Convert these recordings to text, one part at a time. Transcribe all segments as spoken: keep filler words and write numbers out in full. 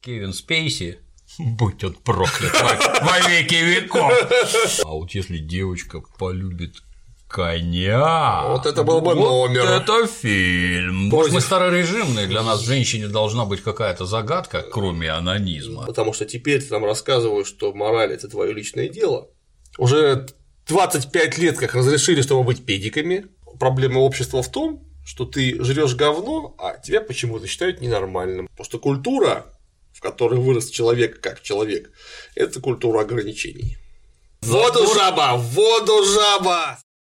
Кевин Спейси, будь он проклят во веки веков. А вот если девочка полюбит коня, вот это был бы вот номер. Это фильм. Может, мы старорежимные, для нас женщине должна быть какая-то загадка, кроме анонизма. Потому что теперь ты нам рассказываешь, что мораль – это твое личное дело. Уже двадцать пять лет как разрешили, чтобы быть педиками. Проблема общества в том, что ты жрешь говно, а тебя почему-то считают ненормальным. Потому что культура, в которой вырос человек как человек, это культура ограничений. В воду жаба! В воду жаба!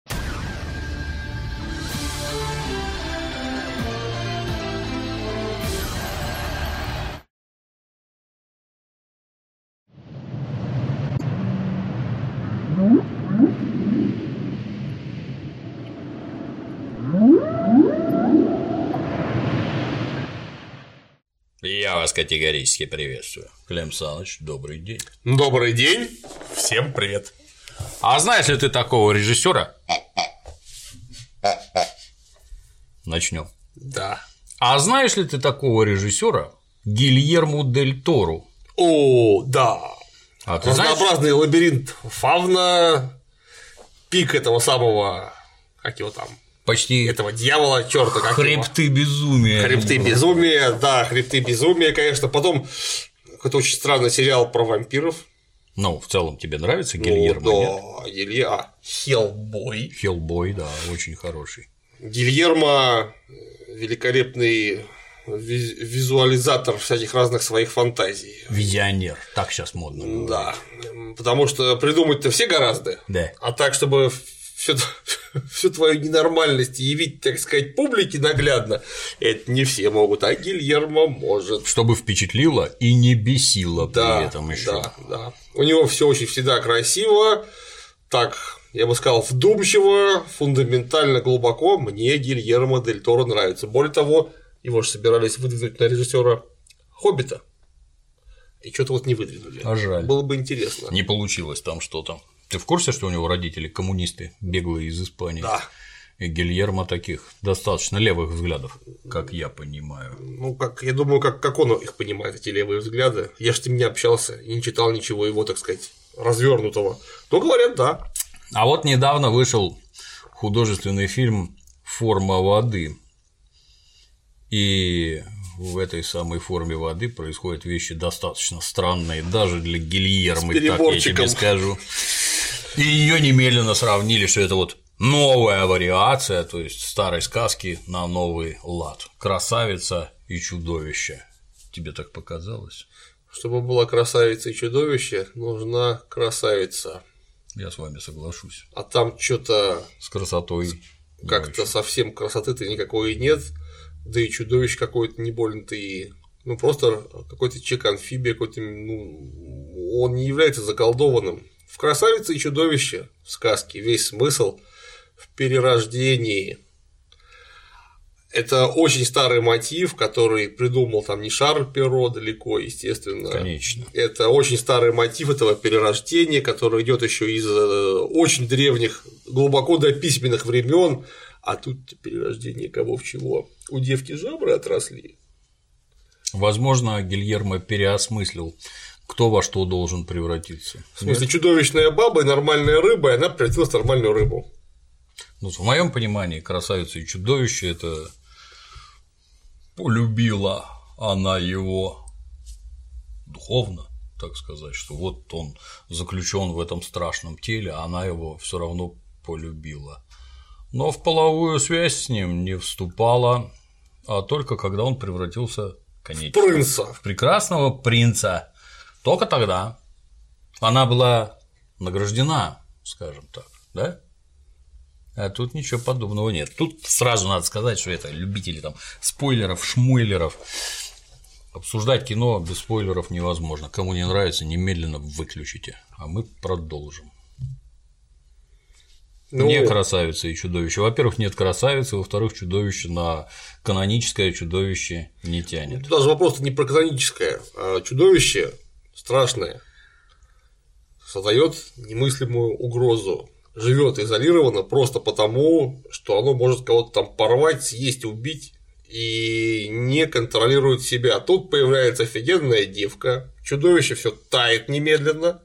Я вас категорически приветствую. Клим Саныч, добрый день. Добрый день. Всем привет. А знаешь ли ты такого режиссера? Начнем. Да. А знаешь ли ты такого режиссера Гильермо дель Торо? О, да. А ты разнообразный знаешь? Лабиринт фавна, пик этого самого, как его там, Почти этого дьявола, чёрта, как хребты его? безумия. Хребты безумия, да, хребты безумия, конечно. Потом какой-то очень странный сериал про вампиров. Ну, в целом тебе нравится Гильермо? Ну, да, Гильермо. Хеллбой. Хеллбой, да, очень хороший. Гильермо великолепный визуализатор всяких разных своих фантазий. Визионер, так сейчас модно говорить. Да, потому что придумать-то все гораздо, да. А так, чтобы всю, всю твою ненормальность явить, так сказать, публике наглядно, это не все могут, а Гильермо может. Чтобы впечатлило и не бесило да, при этом еще. Да, да. У него все очень всегда красиво, так, я бы сказал, вдумчиво, фундаментально глубоко. Мне Гильермо дель Торо нравится. Более того, его же собирались выдвинуть на режиссера Хоббита. И что-то вот не выдвинули. А жаль. Было бы интересно. Не получилось там что-то. Ты в курсе, что у него родители коммунисты, беглые из Испании? Да. И Гильермо таких достаточно левых взглядов, как я понимаю. Ну, как я думаю, как, как он их понимает, эти левые взгляды. Я же с ним не общался и не читал ничего его, так сказать, развернутого. Но говорят, да. А вот недавно вышел художественный фильм «Форма воды». И в этой самой форме воды происходят вещи достаточно странные, даже для Гильермо, так я тебе скажу. И ее немедленно сравнили, что это вот новая вариация, то есть старой сказки на новый лад. Красавица и чудовище. Тебе так показалось? Чтобы была красавица и чудовище, нужна красавица. Я с вами соглашусь. А там что-то с красотой как-то совсем красоты-то никакой и нет. Да и чудовище какое-то не больно-то и. Ну, просто какой-то человек-амфибия, какой-то. Ну, он не является заколдованным. В красавице и чудовище в сказке весь смысл в перерождении. Это очень старый мотив, который придумал там не Шарль Перро далеко, естественно. Конечно. Это очень старый мотив этого перерождения, который идет еще из очень древних, глубоко до письменных времен. А тут перерождение кого в чего? У девки жабры отросли. Возможно, Гильермо переосмыслил, кто во что должен превратиться. В смысле, нет? Чудовищная баба и нормальная рыба, и она превратилась в нормальную рыбу. Ну, в моем понимании, красавица и чудовище – это полюбила она его духовно, так сказать, что вот он заключен в этом страшном теле, а она его все равно полюбила. Но в половую связь с ним не вступала, а только когда он превратился, конечно, в принца, в прекрасного принца. Только тогда она была награждена, скажем так, да? А тут ничего подобного нет. Тут сразу надо сказать, что это любители там спойлеров, шмойлеров. Обсуждать кино без спойлеров невозможно. Кому не нравится, немедленно выключите. А мы продолжим. Ну, не красавица и чудовище. Во-первых, нет красавицы, во-вторых, чудовище на каноническое чудовище не тянет. Даже вопрос не про каноническое, а чудовище страшное создает немыслимую угрозу, живет изолированно просто потому, что оно может кого-то там порвать, съесть, убить и не контролирует себя. Тут появляется офигенная девка, чудовище все тает немедленно.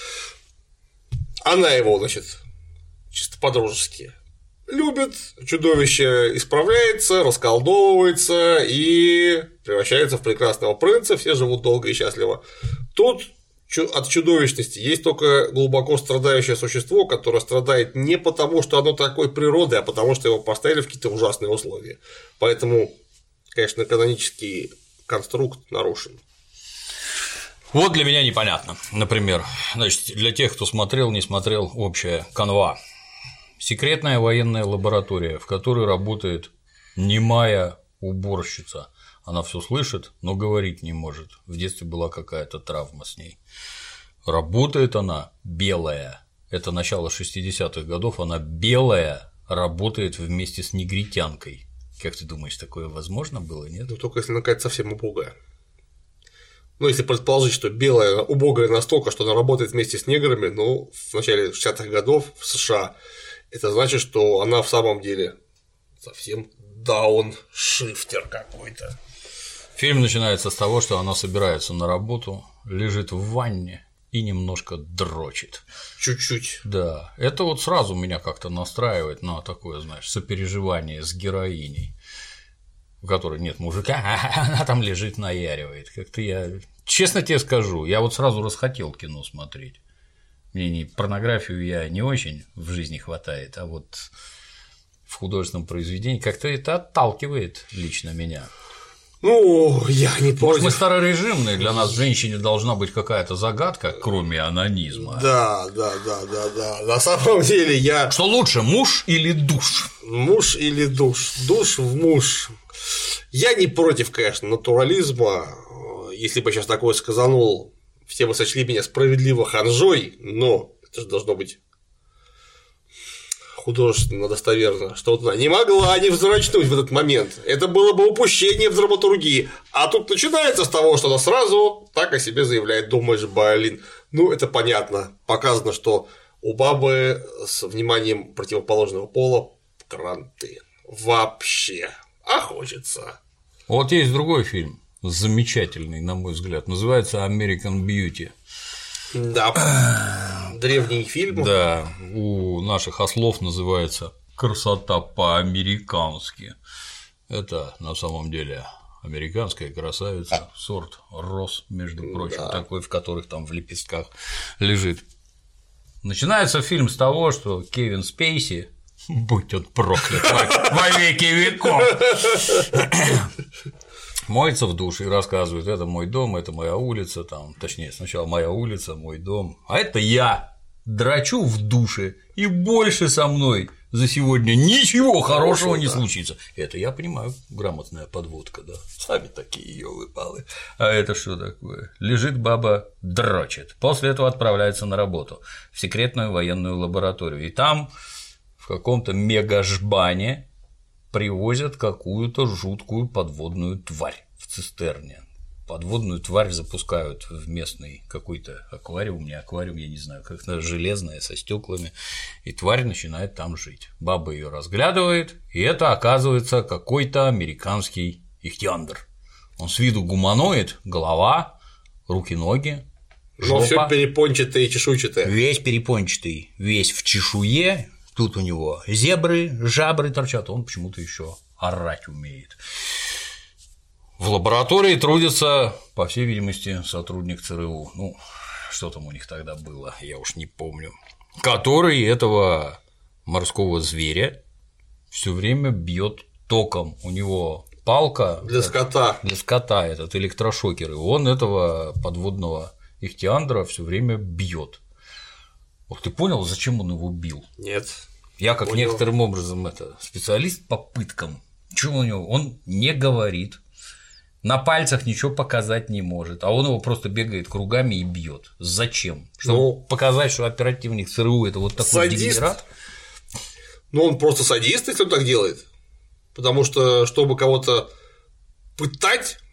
Она его, значит, чисто по-дружески любит, чудовище исправляется, расколдовывается и превращается в прекрасного принца, все живут долго и счастливо. Тут от чудовищности есть только глубоко страдающее существо, которое страдает не потому, что оно такой природы, а потому, что его поставили в какие-то ужасные условия. Поэтому, конечно, канонический конструкт нарушен. Вот для меня непонятно, например, значит, для тех, кто смотрел, не смотрел, общая канва. Секретная военная лаборатория, в которой работает немая уборщица. Она все слышит, но говорить не может. В детстве была какая-то травма с ней. Работает она белая. Это начало шестидесятых годов. Она белая, работает вместе с негритянкой. Как ты думаешь, такое возможно было, нет? Ну, только если она какая-то совсем убогая. Ну, если предположить, что белая убогая настолько, что она работает вместе с неграми, ну, в начале шестидесятых годов в США, это значит, что она в самом деле совсем дауншифтер какой-то. Фильм начинается с того, что она собирается на работу, лежит в ванне и немножко дрочит. Чуть-чуть. Да, это вот сразу меня как-то настраивает на такое, знаешь, сопереживание с героиней, в которой нет мужика, а она там лежит, наяривает. Как-то я, честно тебе скажу, я вот сразу расхотел кино смотреть. Мне не порнографию я не очень в жизни хватает, а вот в художественном произведении как-то это отталкивает лично меня. Ну, я не против. Мы старорежимные, для нас женщине должна быть какая-то загадка, кроме анонизма. Да, да, да, да, да. На самом деле я. Что лучше, муж или душ? Муж или душ? Душ в муж. Я не против, конечно, натурализма. Если бы я сейчас такое сказанул, все бы сочли меня справедливо ханжой, но это же должно быть художественно достоверно, что вот она не могла не взрачнуть в этот момент. Это было бы упущение в драматургии. А тут начинается с того, что она сразу так о себе заявляет. Думаешь, блин, ну это понятно. Показано, что у бабы с вниманием противоположного пола кранты. Вообще. А хочется. Вот есть другой фильм, замечательный, на мой взгляд, называется American Beauty. Да, древний фильм. Да, у наших ослов называется «Красота по-американски». Это на самом деле американская красавица, сорт роз, между прочим, да. Такой, в которых там в лепестках лежит. Начинается фильм с того, что Кевин Спейси, будь он проклят во веки веков, моется в душе и рассказывает: это мой дом, это моя улица, там, точнее, сначала моя улица, мой дом, а это я дрочу в душе, и больше со мной за сегодня ничего хорошего Хорошо, не да. случится. Это я понимаю, грамотная подводка, да. Сами такие ёлы-палы. А это что такое? Лежит баба, дрочит. После этого отправляется на работу в секретную военную лабораторию. И там в каком-то мегажбане привозят какую-то жуткую подводную тварь в цистерне. Подводную тварь запускают в местный какой-то аквариум, не аквариум, я не знаю, как-то железное, со стеклами, и тварь начинает там жить. Баба ее разглядывает, и это оказывается какой-то американский ихтиандр. Он с виду гуманоид, голова, руки-ноги, жопа. Но все перепончатое и чешуйчатое. Весь перепончатый, весь в чешуе. Тут у него зебры, жабры торчат, он почему-то еще орать умеет. В лаборатории трудится, по всей видимости, сотрудник ЦРУ. Ну, что там у них тогда было, я уж не помню. Который этого морского зверя все время бьет током. У него палка для скота. Для скота этот электрошокер. И он этого подводного ихтиандра все время бьет. Ох, ты понял, зачем он его бил? Нет. Я как понял. Некоторым образом это специалист по пыткам. Чего у него? Он не говорит. На пальцах ничего показать не может, а он его просто бегает кругами и бьет. Зачем? Чтобы ну, показать, что оперативник ЦРУ это вот такой садист. Дегенерат? Ну, он просто садист, если он так делает. Потому что, чтобы кого-то пытать,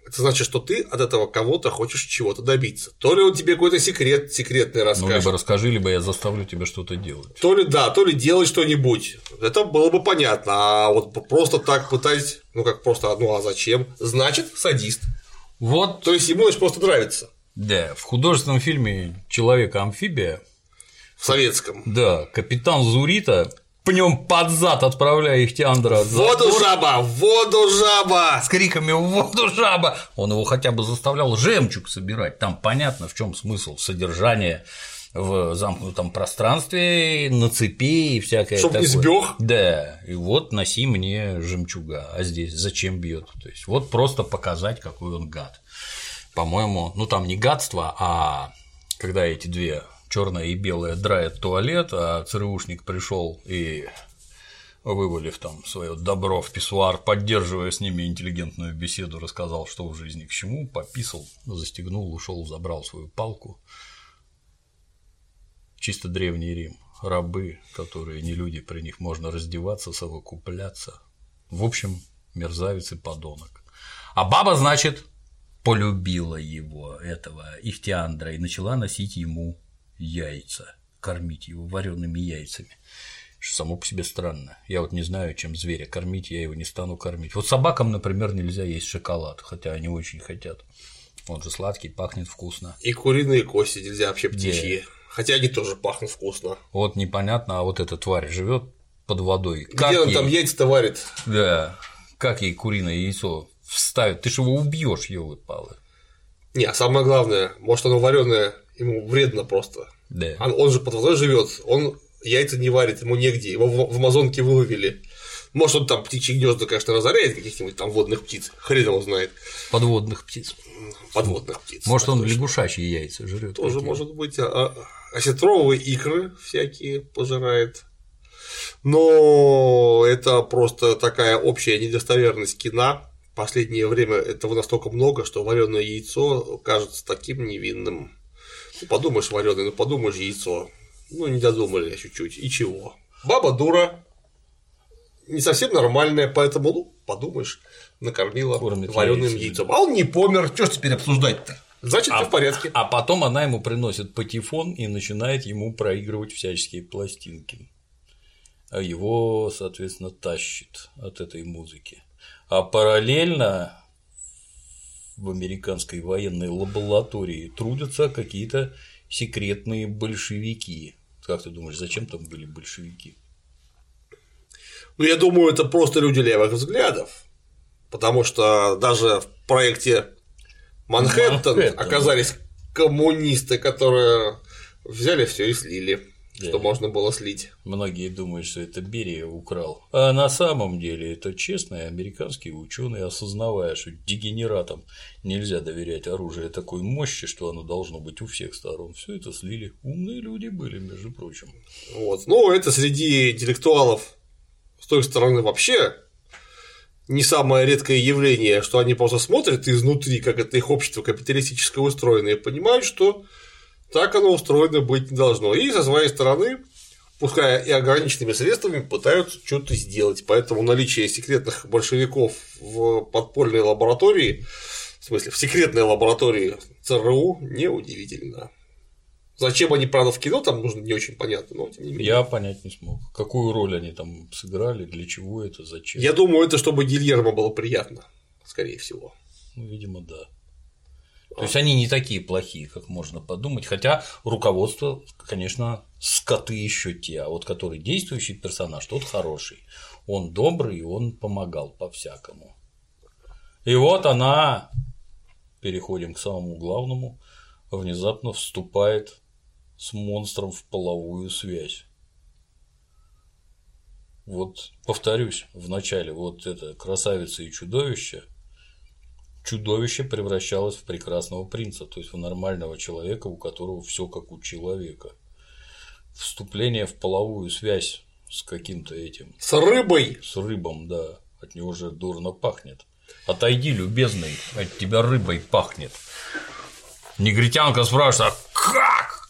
это значит, что ты от этого кого-то хочешь чего-то добиться. То ли он тебе какой-то секрет секретный расскажет. Ну, либо расскажи, либо я заставлю тебя что-то делать. То ли да, то ли делать что-нибудь. Это было бы понятно. А вот просто так пытать, ну как просто, ну а зачем? Значит, садист. Вот. То есть ему значит просто нравится. Да, в художественном фильме «Человек-амфибия», в советском. Да, капитан Зурита, пнем под зад отправляя Ихтиандра. В воду жаба! В воду жаба! С криками «В воду жаба!» Он его хотя бы заставлял жемчуг собирать. Там понятно, в чем смысл содержания в замкнутом пространстве, на цепи и всякое Чтоб такое. не сбёг. Да, и вот носи мне жемчуга, а здесь зачем бьет? То есть вот просто показать, какой он гад. По-моему, ну там не гадство, а когда эти две черная и белая драят туалет, а ЦРУшник пришел и, вывалив там свое добро в писсуар, поддерживая с ними интеллигентную беседу, рассказал, что в жизни к чему, пописал, застегнул, ушел, забрал свою палку. Чисто древний Рим. Рабы, которые не люди, при них можно раздеваться, совокупляться. В общем, мерзавец и подонок. А баба, значит, полюбила его, этого Ихтиандра, и начала носить ему яйца, кормить его вареными яйцами. Что само по себе странно. Я вот не знаю, чем зверя кормить, я его не стану кормить. Вот собакам, например, нельзя есть шоколад, хотя они очень хотят. Он же сладкий, пахнет вкусно. И куриные кости нельзя, вообще птичьи. Yeah. Хотя они тоже пахнут вкусно. Вот непонятно, а вот эта тварь живет под водой. Где как он ей... там яйца-то варит? Да. Как ей куриное яйцо вставит? Ты же его убьешь, ёлы-палы. Не, а самое главное, может, оно вареное, ему вредно просто. Да. Он же под водой живет, он яйца не варит, ему негде, его в Амазонке выловили. Может, он там птичьи гнезда, конечно, разоряет каких-нибудь там водных птиц, хрен его знает. Подводных птиц. Подводных птиц. Может, он точно. Лягушачьи яйца жрет. Тоже какие? Может быть, а осетровые икры всякие пожирает. Но это просто такая общая недостоверность кино. В последнее время этого настолько много, что вареное яйцо кажется таким невинным. Ну, подумаешь, вареное, ну подумаешь, яйцо. Ну, не додумали чуть-чуть. И чего? Баба дура. Не совсем нормальная, поэтому, ну, подумаешь, накормила вареным яйцом. А он не помер. Что ж теперь обсуждать-то? Значит, а, все в порядке. А потом она ему приносит патефон и начинает ему проигрывать всяческие пластинки. А его, соответственно, тащит от этой музыки. А параллельно в американской военной лаборатории трудятся какие-то секретные большевики. Как ты думаешь, зачем там были большевики? Ну, я думаю, это просто люди левых взглядов. Потому что даже в проекте Манхэттен, Манхэттен оказались коммунисты, которые взяли все и слили. Да. Что можно было слить. Многие думают, что это Берия украл. А на самом деле это честные американские ученые, осознавая, что дегенератам нельзя доверять оружие такой мощи, что оно должно быть у всех сторон. Все это слили. Умные люди были, между прочим. Вот. Ну, это среди интеллектуалов с той стороны вообще не самое редкое явление, что они просто смотрят изнутри, как это их общество капиталистическое устроено, и понимают, что так оно устроено быть не должно. И со своей стороны, пускай и ограниченными средствами, пытаются что-то сделать. Поэтому наличие секретных большевиков в подпольной лаборатории, в смысле, в секретной лаборатории ЦРУ, неудивительно. Зачем они, правда, в кино там нужно, не очень понятно, но тем не менее. Я понять не смог. Какую роль они там сыграли, для чего это, зачем? Я думаю, это чтобы Гильермо было приятно, скорее всего. Ну, видимо, да. То есть они не такие плохие, как можно подумать, хотя руководство, конечно, скоты еще те, а вот который действующий персонаж, тот хороший, он добрый, он помогал по-всякому. И вот она, переходим к самому главному, внезапно вступает с монстром в половую связь. Вот повторюсь, в начале вот это красавица и чудовище. Чудовище превращалось в прекрасного принца, то есть в нормального человека, у которого все как у человека. Вступление в половую связь с каким-то этим. С рыбой. С рыбом, да. От него же дурно пахнет. Отойди, любезный, от тебя рыбой пахнет. Негритянка спрашивает, а как?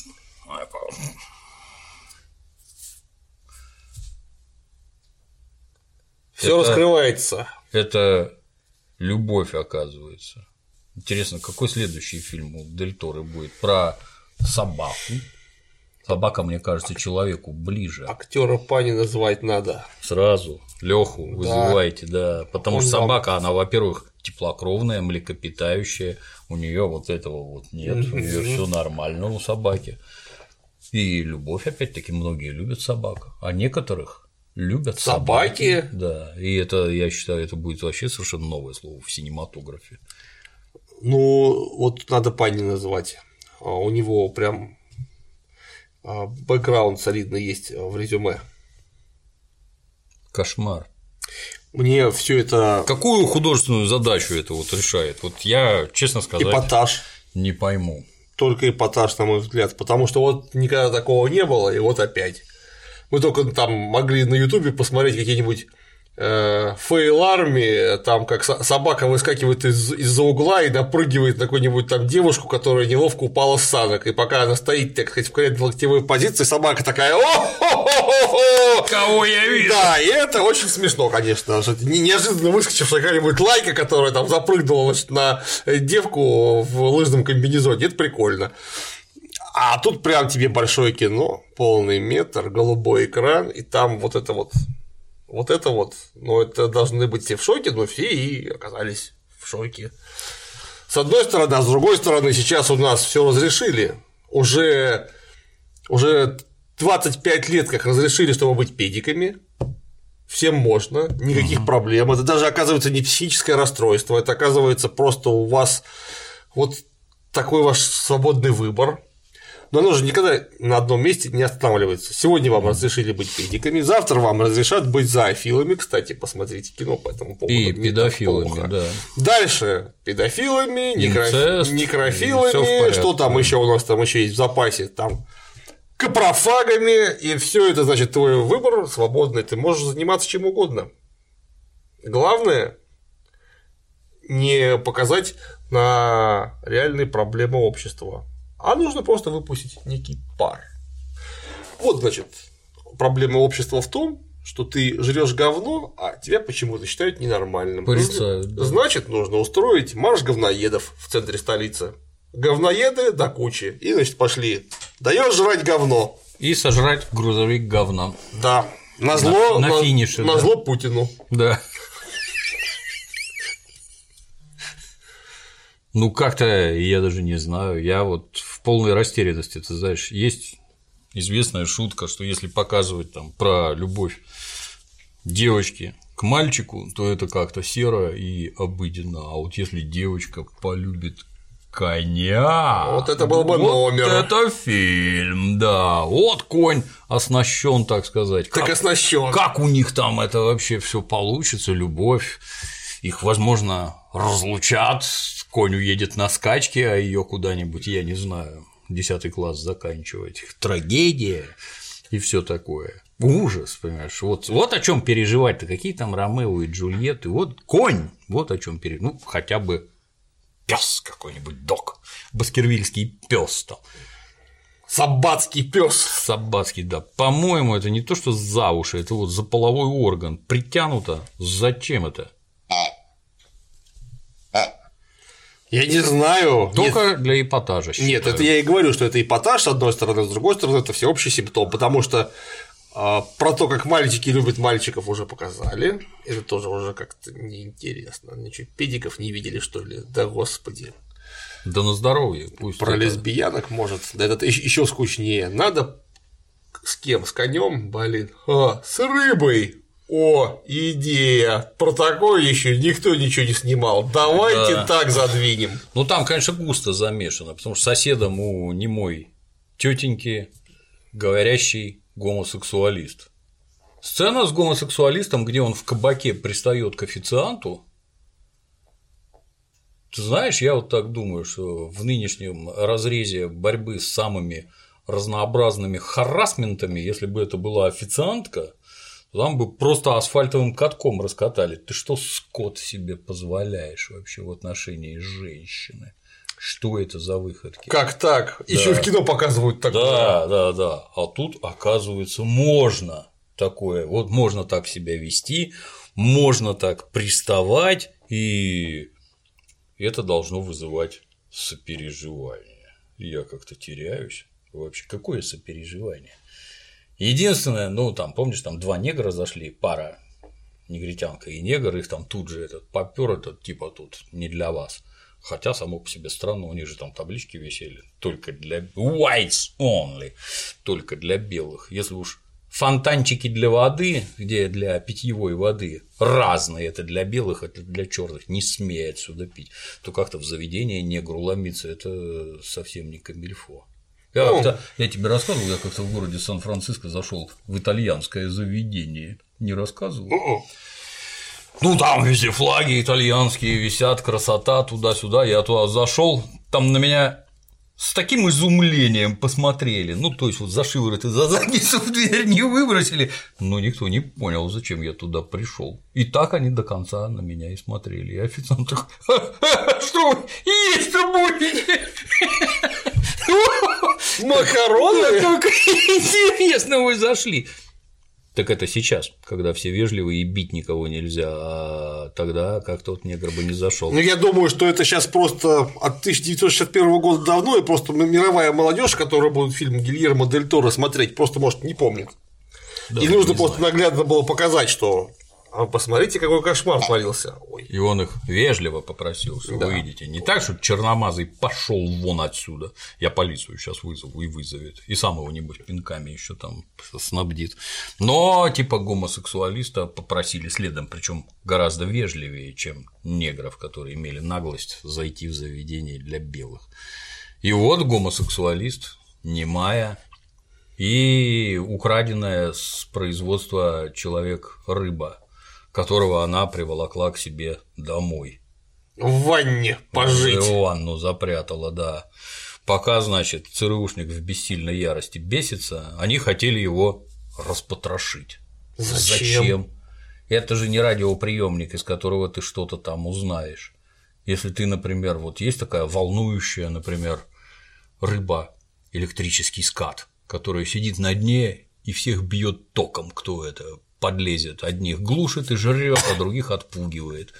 Все раскрывается. Это любовь, оказывается. Интересно, какой следующий фильм у Дель Торо будет про собаку? Собака, мне кажется, человеку ближе. Актера Панина звать надо. Сразу Леху Да. вызывайте, да. Потому Он что вам- собака, она, во-первых, теплокровная, млекопитающая, у нее вот этого вот нет, у нее все нормально у собаки. И любовь, опять-таки, многие любят собак, а некоторых любят Собаки? собаки. Да, и это, я считаю, это будет вообще совершенно новое слово в синематографе. Ну, вот надо Панина звать. А, У него прям а, бэкграунд солидный есть в резюме. Кошмар. Мне все это Какую художественную задачу это вот решает? Вот я, честно сказать, эпатаж, не пойму. только эпатаж, на мой взгляд, потому что вот никогда такого не было, и вот опять. Мы только там могли на Ютубе посмотреть какие-нибудь э, фейл-армии, там как со- собака выскакивает из- из-за угла и напрыгивает на какую-нибудь там девушку, которая неловко упала с санок, и пока она стоит, так сказать, в коленно-локтевой позиции, собака такая: о-хо-хо-хо-хо! Кого я вижу? Да, и это очень смешно, конечно, что это не- неожиданно выскочившая какая-нибудь лайка, которая там запрыгнула, значит, на девку в лыжном комбинезоне, это прикольно. А тут прям тебе большое кино, полный метр, голубой экран, и там вот это вот, вот это вот, ну это должны быть все в шоке, но все и оказались в шоке. С одной стороны, а с другой стороны, сейчас у нас все разрешили, уже, уже двадцать пять лет как разрешили, чтобы быть педиками, всем можно, никаких uh-huh. проблем, это даже оказывается не психическое расстройство, это оказывается просто у вас вот такой ваш свободный выбор. Но оно же никогда на одном месте не останавливается. Сегодня вам разрешили быть педиками, завтра вам разрешат быть зоофилами. Кстати, посмотрите кино по этому поводу. И педофилами, да. Дальше педофилами, Инцест, некрофилами, что там еще у нас там еще есть в запасе, там капрофагами, и все это, значит, твой выбор свободный, ты можешь заниматься чем угодно. Главное не показать на реальные проблемы общества. А нужно просто выпустить некий пар. Вот, значит, проблема общества в том, что ты жрешь говно, а тебя почему-то считают ненормальным. Порицают, да. Значит, нужно устроить марш говноедов в центре столицы. Говноеды до кучи. И, значит, пошли. Даешь жрать говно. И сожрать грузовик говна. Да. Назло, на, на, на, финише. На да. зло Путину. Да. Ну, как-то я даже не знаю, я вот в полной растерянности, ты знаешь, есть известная шутка, что если показывать там про любовь девочки к мальчику, то это как-то серо и обыденно, а вот если девочка полюбит коня, вот это был бы вот номер. Это фильм, да, вот конь оснащен, так сказать. Так как, оснащен. Как у них там это вообще все получится, любовь, их, возможно, разлучат. Конь уедет на скачке, а ее куда-нибудь, я не знаю, десятый класс заканчивать. Трагедия и все такое. Ужас, понимаешь. Вот, вот о чем переживать-то, какие там Ромео и Джульетты. Вот конь, вот о чем переживать. Ну, хотя бы пес какой-нибудь, док. Баскервильский пес там. Саббатский пес. Саббатский, да. По-моему, это не то, что за уши, это вот за половой орган. Притянуто. Зачем это? Я не знаю. Только Нет. для эпатажа. Считаю. Нет, это я и говорю, что это эпатаж, с одной стороны, с другой стороны, это всеобщий симптом, потому что э, про то, как мальчики любят мальчиков, уже показали. Это тоже уже как-то неинтересно. Ничего, педиков не видели, что ли? Да господи. Да на здоровье. Пусть про это... лесбиянок, может. Да это еще скучнее. Надо с кем? С конем, блин. А, с рыбой. О, идея! Про такое еще никто ничего не снимал. Давайте да. так задвинем. Ну там, конечно, густо замешано, потому что соседом у немой тетеньки говорящий гомосексуалист. Сцена с гомосексуалистом, где он в кабаке пристает к официанту. Ты знаешь, я вот так думаю, что в нынешнем разрезе борьбы с самыми разнообразными харассментами, если бы это была официантка, там бы просто асфальтовым катком раскатали. Ты что, скот, себе позволяешь вообще в отношении женщины? Что это за выходки? Как так? Да. Еще в кино показывают такое. Да, да, да. А тут, оказывается, можно такое. Вот можно так себя вести, можно так приставать, и И это должно вызывать сопереживание. И я как-то теряюсь. Вообще, какое сопереживание? Единственное, ну, там, помнишь, там два негра зашли, пара, негритянка и негр, их там тут же этот попёр, этот типа тут не для вас. Хотя само по себе странно, у них же там таблички висели только для whites only, только для белых. Если уж фонтанчики для воды, где для питьевой воды разные, это для белых, это для черных, не смей отсюда пить, то как-то в заведение негру ломиться, это совсем не камильфо. Я, как-то, я тебе рассказывал, я как-то в городе Сан-Франциско зашел в итальянское заведение. Не рассказывал? Ну, там везде флаги итальянские висят, красота, туда-сюда. Я туда зашел, там на меня с таким изумлением посмотрели. Ну, то есть, вот за шиворот и за задницу в дверь не выбросили. Но никто не понял, зачем я туда пришел. И так они до конца на меня и смотрели. И официант такой: что вы есть-то будете? Макароны? Как интересно вы зашли. Так это сейчас, когда все вежливые и бить никого нельзя, а тогда как-то вот негр бы не зашел. Ну, я думаю, что это сейчас просто от тысяча девятьсот шестьдесят первого года давно, и просто мировая молодежь, которая будет фильм Гильермо дель Торо смотреть, просто, может, не помнит. Да, и нужно просто знаю. Наглядно было показать, что а посмотрите, какой кошмар творился. Ой. И он их вежливо попросил, что да. Вы видите, не так, что черномазый пошел вон отсюда. Я полицию сейчас вызову и вызовет. И сам его, небось, пинками еще там снабдит. Но типа гомосексуалиста попросили следом, причем гораздо вежливее, чем негров, которые имели наглость зайти в заведение для белых. И вот гомосексуалист, немая и украденная с производства человек-рыба, которого она приволокла к себе домой. В ванне пожить. В ванну запрятала, да. Пока, значит, ЦРУшник в бессильной ярости бесится, они хотели его распотрошить. Зачем? Зачем? Это же не радиоприемник, из которого ты что-то там узнаешь. Если ты, например, вот есть такая волнующая, например, рыба, электрический скат, которая сидит на дне и всех бьет током, кто это подлезет, одних глушит и жрет, а других отпугивает.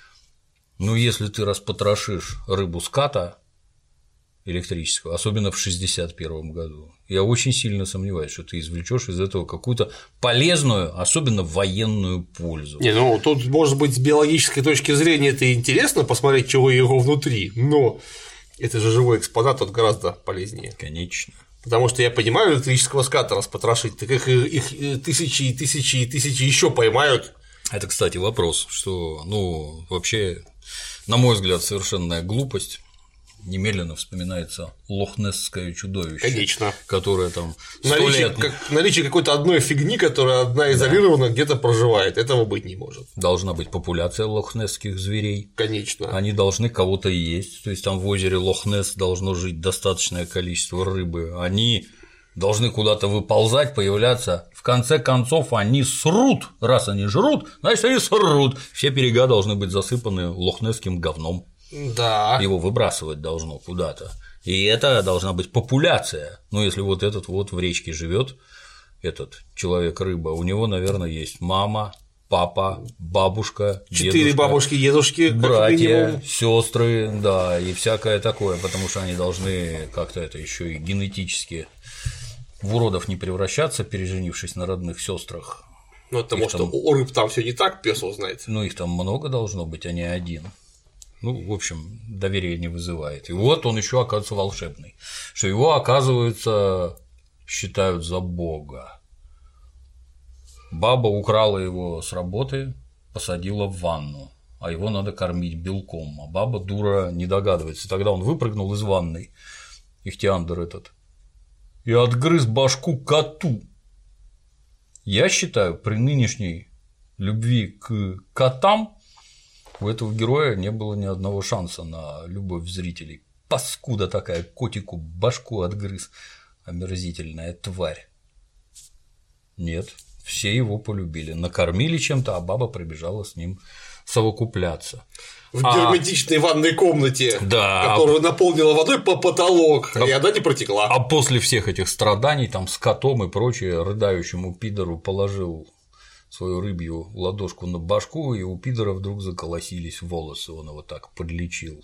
Ну, если ты распотрошишь рыбу ската электрического, особенно в шестьдесят первом году, я очень сильно сомневаюсь, что ты извлечешь из этого какую-то полезную, особенно военную пользу. Не, ну тут, может быть, с биологической точки зрения это интересно посмотреть, чего его внутри, но это же живой экспонат, он гораздо полезнее. Конечно. Потому что я понимаю, электрического ската распотрошить, так их, их тысячи и тысячи и тысячи еще поймают. Это, кстати, вопрос, что, ну, вообще, на мой взгляд, совершенная глупость. Немедленно вспоминается лохнесское чудовище, конечно, которое там наличие, лет... как, наличие какой-то одной фигни, которая одна изолирована, да. Где-то проживает, этого быть не может. Должна быть популяция лохнесских зверей. Конечно. Они должны кого-то есть, то есть там в озере Лохнесс должно жить достаточное количество рыбы. Они должны куда-то выползать, появляться. В конце концов, они срут. Раз они жрут, значит, они срут. Все берега должны быть засыпаны лохнесским говном. Да. Его выбрасывать должно куда-то. И это должна быть популяция. Ну, если вот этот вот в речке живет, этот человек-рыба, у него, наверное, есть мама, папа, бабушка, четыре дедушка, бабушки, дедушки, братья, сестры, да, и всякое такое, потому что они должны как-то это еще и генетически в уродов не превращаться, переженившись на родных сестрах. Ну, потому что там... у рыб там все не так, пес узнает. Ну, их там много должно быть, а не один. Ну, в общем, доверие не вызывает. И вот он еще оказывается волшебный, что его, оказывается, считают за бога. Баба украла его с работы, посадила в ванну, а его надо кормить белком, а баба дура не догадывается. Тогда он выпрыгнул из ванной, Ихтиандр этот, и отгрыз башку коту. Я считаю, при нынешней любви к котам у этого героя не было ни одного шанса на любовь зрителей. Паскуда такая, котику башку отгрыз, омерзительная тварь. Нет, все его полюбили, накормили чем-то, а баба прибежала с ним совокупляться. В герметичной а... ванной комнате, да, которую наполнила водой по потолок, а... и она не протекла. А после всех этих страданий, там, с котом и прочее, рыдающему пидору положил свою рыбью ладошку на башку, и у пидора вдруг заколосились волосы, он его так подлечил.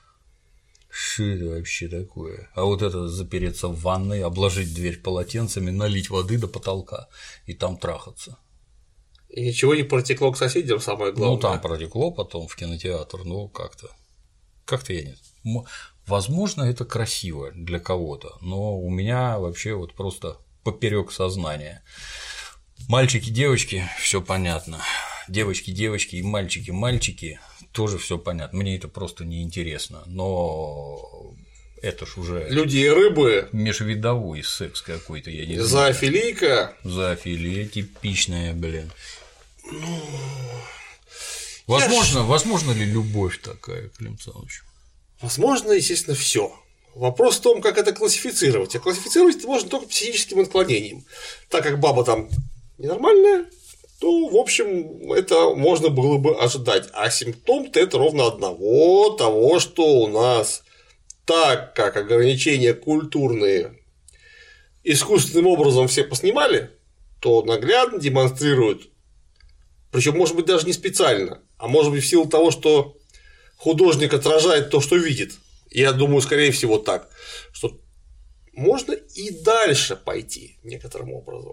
Что это вообще такое? А вот это запереться в ванной, обложить дверь полотенцами, налить воды до потолка и там трахаться. И ничего не протекло к соседям, самое главное. Ну, там протекло потом в кинотеатр, ну, как-то. Как-то я не. Возможно, это красиво для кого-то, но у меня вообще вот просто поперек сознания. Мальчики, девочки, все понятно. Девочки, девочки и мальчики, мальчики, тоже все понятно. Мне это просто неинтересно. Но это ж уже. Люди и рыбы. Межвидовой секс какой-то, я не знаю. Зоофилийка. Зоофилия типичная, блин. Ну. Возможно, я... возможно ли любовь такая, Клим Саныч? Возможно, естественно, все. Вопрос в том, как это классифицировать. А классифицировать это можно только психическим отклонением. Так как баба там ненормальная, то, в общем, это можно было бы ожидать. А симптом-то это ровно одного того, что у нас, так как ограничения культурные искусственным образом все поснимали, то наглядно демонстрируют, причем, может быть, даже не специально, а может быть, в силу того, что художник отражает то, что видит. Я думаю, скорее всего, так, что можно и дальше пойти некоторым образом.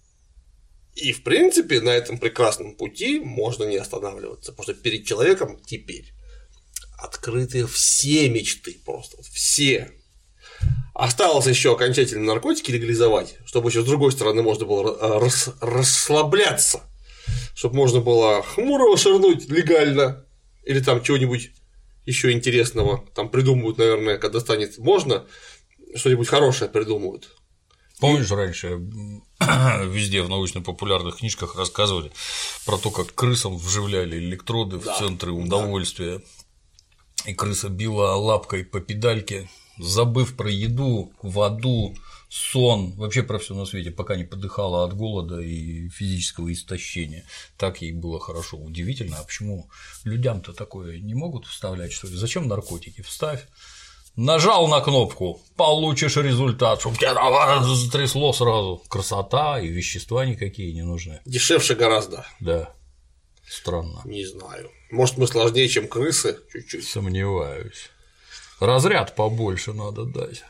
И, в принципе, на этом прекрасном пути можно не останавливаться, потому что перед человеком теперь открыты все мечты, просто все. Осталось еще окончательно наркотики легализовать, чтобы еще с другой стороны можно было рас- расслабляться, чтобы можно было Хмурого ширнуть легально, или там чего-нибудь еще интересного, там придумывают, наверное, когда станет можно, что-нибудь хорошее придумывают. Помнишь, раньше везде в научно-популярных книжках рассказывали про то, как крысам вживляли электроды да, в центры удовольствия, да. И крыса била лапкой по педальке, забыв про еду, воду, сон, вообще про все на свете, пока не подыхала от голода и физического истощения. Так ей было хорошо. Удивительно, а почему людям-то такое не могут вставлять, что ли? Зачем наркотики? Вставь. Нажал на кнопку, получишь результат, чтобы тебя затрясло сразу. Красота и вещества никакие не нужны. Дешевше гораздо. Да. Странно. Не знаю. Может, мы сложнее, чем крысы? Чуть-чуть. Сомневаюсь. Разряд побольше надо дать.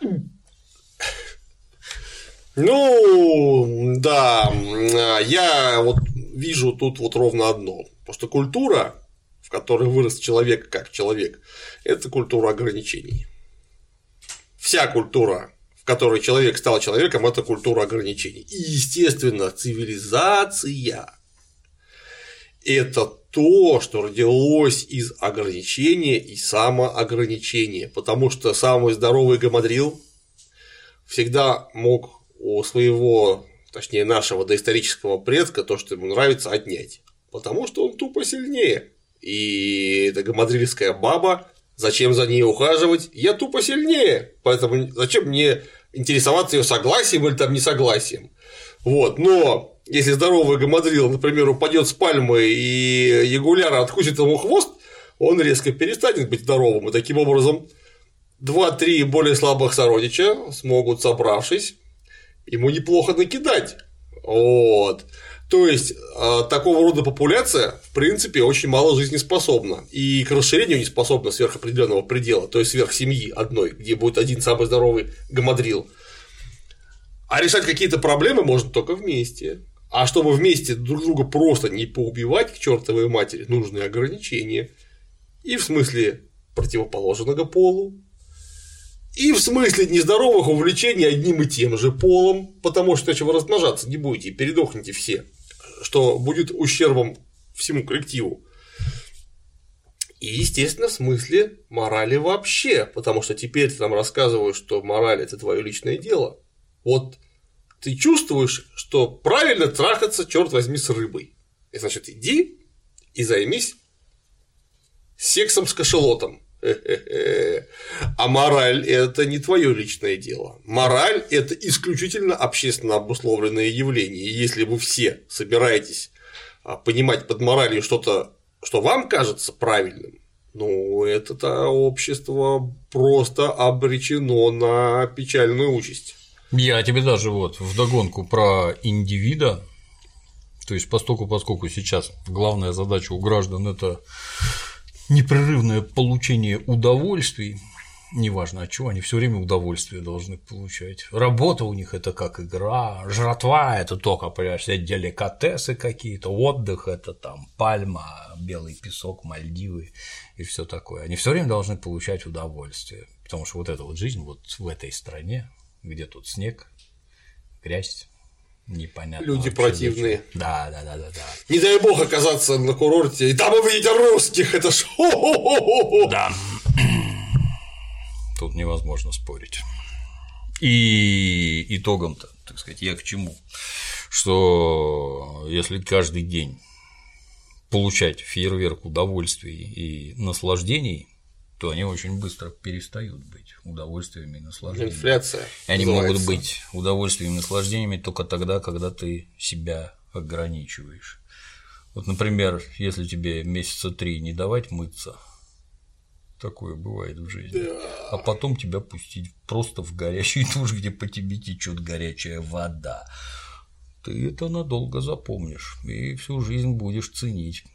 Ну, да, я вот вижу тут вот ровно одно. Потому что культура, в которой вырос человек как человек, это культура ограничений. Вся культура, в которой человек стал человеком, это культура ограничений. И, естественно, цивилизация – это то, что родилось из ограничения и самоограничения. Потому что самый здоровый гамадрил всегда мог у своего, точнее, нашего доисторического предка то, что ему нравится, отнять. Потому что он тупо сильнее. И эта гамадрильская баба. Зачем за ней ухаживать? Я тупо сильнее. Поэтому зачем мне интересоваться ее согласием или там несогласием? Вот. Но если здоровый гамадрил, например, упадет с пальмы и ягуляра откусит ему хвост, он резко перестанет быть здоровым. И таким образом два-три более слабых сородича смогут, собравшись, ему неплохо накидать. Вот. То есть такого рода популяция, в принципе, очень мало жизнеспособна. И к расширению не способна сверх определенного предела, то есть сверх семьи одной, где будет один самый здоровый гамадрил. А решать какие-то проблемы можно только вместе. А чтобы вместе друг друга просто не поубивать к чертовой матери, нужны ограничения. И в смысле противоположного полу, и в смысле нездоровых увлечений одним и тем же полом, потому что иначе вы размножаться не будете, передохнете все, что будет ущербом всему коллективу. И, естественно, в смысле морали вообще, потому что теперь ты нам рассказываешь, что мораль – это твое личное дело. Вот ты чувствуешь, что правильно трахаться, черт возьми, с рыбой. И значит, иди и займись сексом с кашалотом. А мораль – это не твое личное дело. Мораль – это исключительно общественно обусловленное явление. И если вы все собираетесь понимать под моралью что-то, что вам кажется правильным, ну, это общество просто обречено на печальную участь. Я тебе даже вот вдогонку про индивида То есть, поскольку, поскольку сейчас главная задача у граждан – это непрерывное получение удовольствий, неважно от чего, они все время удовольствие должны получать. Работа у них – это как игра, жратва – это только, понимаешь, все деликатесы какие-то, отдых – это там пальма, белый песок, Мальдивы и все такое. Они все время должны получать удовольствие, потому что вот эта вот жизнь вот в этой стране, где тут снег, грязь. Непонятно. Люди противные. Зачем. Да, да, да, да, да. Не дай бог оказаться на курорте, и там увидеть русских, это ж. Да. Тут невозможно спорить. И итогом-то, так сказать, я к чему? Что если каждый день получать фейерверк удовольствий и наслаждений, то они очень быстро перестают быть удовольствиями и наслаждениями. Инфляция. И они называется. могут быть удовольствиями и наслаждениями только тогда, когда ты себя ограничиваешь. Вот, например, если тебе месяца три не давать мыться, такое бывает в жизни, Да. а потом тебя пустить просто в горячий душ, где по тебе течет горячая вода, ты это надолго запомнишь и всю жизнь будешь ценить.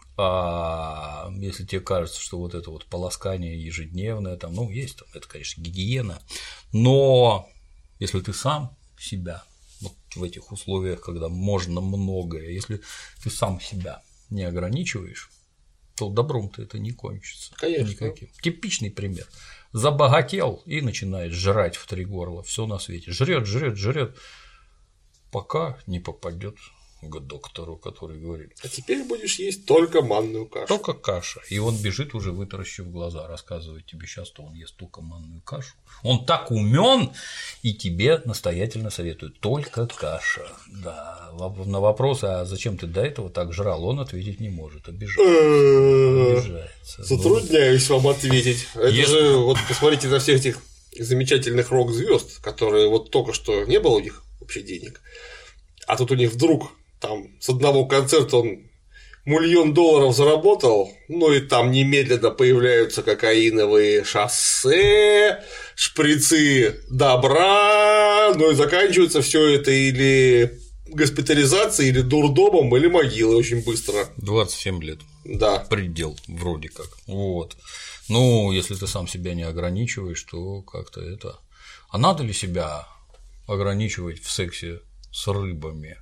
А если тебе кажется, что вот это вот полоскание ежедневное, там, ну, есть там, это, конечно, гигиена, но если ты сам себя вот в этих условиях, когда можно многое, если ты сам себя не ограничиваешь, то добром-то это не кончится. Конечно. Никаким. Типичный пример. Забогател и начинает жрать в три горла, все на свете. Жрет, жрет, жрет, пока не попадет к доктору, который говорит: А теперь будешь есть только манную кашу. только каша. И он бежит уже вытаращив глаза, рассказывает тебе сейчас, что он ест только манную кашу. Он так умен, и тебе настоятельно советует только каша. Да. На вопрос, а зачем ты до этого так жрал, он ответить не может, обижается. обижается. Затрудняюсь вам ответить. Это Если- же, вот посмотрите на всех этих замечательных рок-звезд, которые вот только что не было у них вообще денег, а тут у них вдруг там с одного концерта он миллион долларов заработал, ну и там немедленно появляются кокаиновые шоссе, шприцы добра, ну и заканчивается все это или госпитализацией, или дурдомом, или могилой очень быстро. двадцать семь лет. Да. Предел, вроде как. Вот. Ну, если ты сам себя не ограничиваешь, то как-то это. А надо ли себя ограничивать в сексе с рыбами?